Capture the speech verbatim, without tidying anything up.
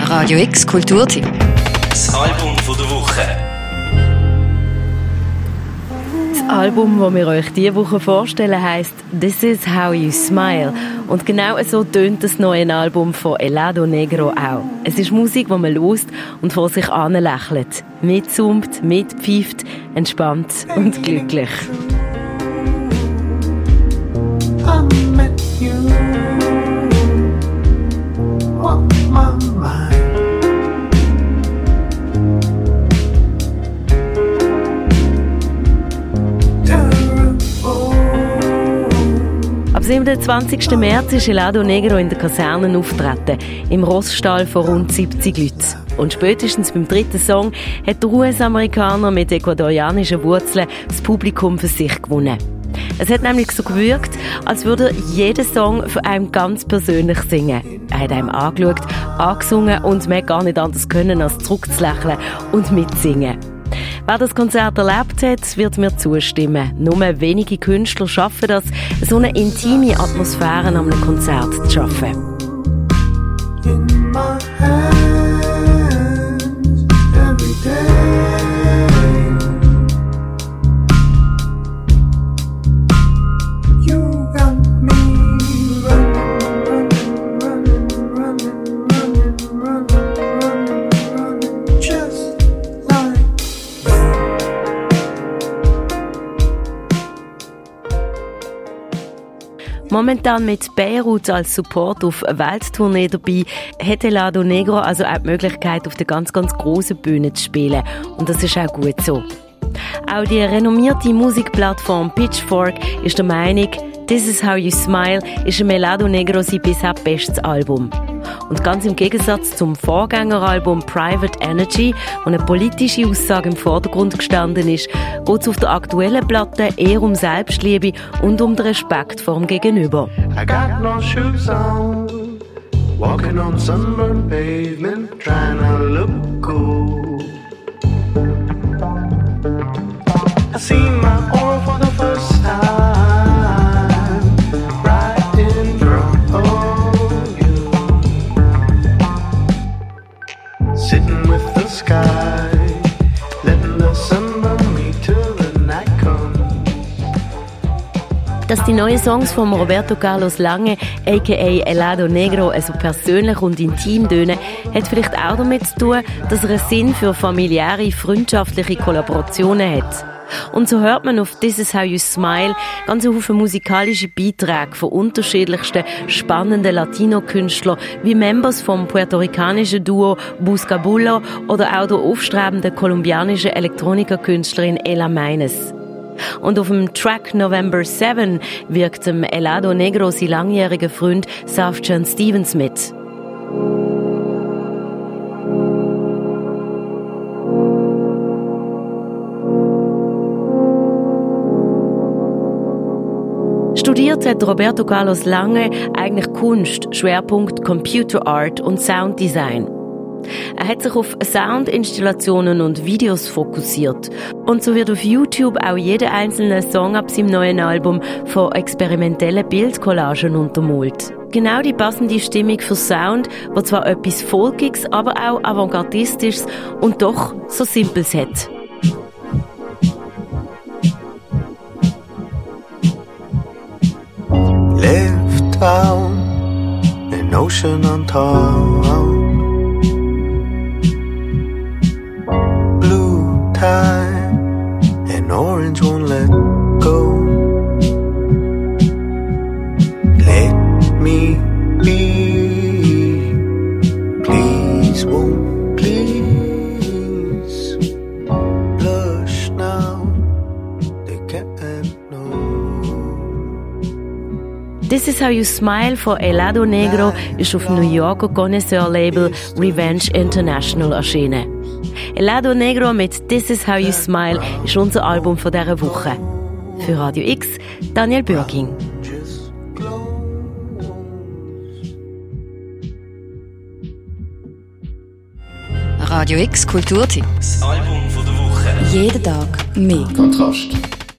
Radio X Kulturtipp. Das Album von der Woche. Das Album, das wir euch diese Woche vorstellen, heisst «This is how you smile». Und genau so tönt das neue Album von Helado Negro auch. Es ist Musik, die man hört und vor sich hin lächelt. Mitzoomt, mitpfeift, entspannt und glücklich. I met you on my mind. Am siebenundzwanzigsten März ist Helado Negro in der Kaserne auftreten, im Rossstall von rund siebzig Leuten. Und spätestens beim dritten Song hat der U S-Amerikaner mit ecuadorianischen Wurzeln das Publikum für sich gewonnen. Es hat nämlich so gewirkt, als würde er jeden Song für einen ganz persönlich singen. Er hat einem angeschaut, angesungen und man gar nicht anders können, als zurückzulächeln und mitsingen. Wer das Konzert erlebt hat, wird mir zustimmen. Nur wenige Künstler schaffen das, so eine intime Atmosphäre an einem Konzert zu schaffen. In my hands every day. You got me running, running, running, running, running, running, running, just like Momentan mit Beirut als Support auf eine Welttournee dabei, hat Helado Negro also auch die Möglichkeit, auf der ganz, ganz grossen Bühne zu spielen. Und das ist auch gut so. Auch die renommierte Musikplattform Pitchfork ist der Meinung, «This is how you smile» ist ein Helado Negro sein bisher bestes Album. Und ganz im Gegensatz zum Vorgängeralbum Private Energy, wo eine politische Aussage im Vordergrund gestanden ist, geht es auf der aktuellen Platte eher um Selbstliebe und um den Respekt vor dem Gegenüber. I got no shoes on, walking on sunburned pavement, trying to look cool. I see my aura for the first time, right in front of you, sitting with the sky, letting the sun burn me till the night comes. Dass die neuen Songs von Roberto Carlos Lange, aka Helado Negro, so persönlich und intim tönen, hat vielleicht auch damit zu tun, dass er einen Sinn für familiäre, freundschaftliche Kollaborationen hat. Und so hört man auf «This is how you smile» ganz viele musikalische Beiträge von unterschiedlichsten spannenden Latino-Künstlern wie Members vom puerto-ricanischen Duo Buscabulo oder auch der aufstrebenden kolumbianischen Elektronikerkünstlerin Ela Meines. Und auf dem Track November seven wirkt dem Helado Negro sein langjähriger Freund Sufjan Stevens mit. Studiert hat Roberto Carlos Lange eigentlich Kunst, Schwerpunkt Computer Art und Sounddesign. Er hat sich auf Soundinstallationen und Videos fokussiert. Und so wird auf YouTube auch jeder einzelne Song ab seinem neuen Album von experimentellen Bildcollagen untermalt. Genau die passende Stimmung für Sound, wo zwar etwas Folkiges, aber auch Avantgardistisches und doch so Simples hat. Left out an ocean on top, blue tide, an orange won't let go. Let me be, please won't please blush now, they can't know. «This is how you smile» von Helado Negro ist auf dem New Yorker Connoisseur-Label Revenge International erschienen. Helado Negro mit «This is how you smile» ist unser Album von dieser Woche. Für Radio X, Daniel Bürking. Radio X Kulturtipp. Das Album von der Woche. Jeden Tag mehr. Kontrast.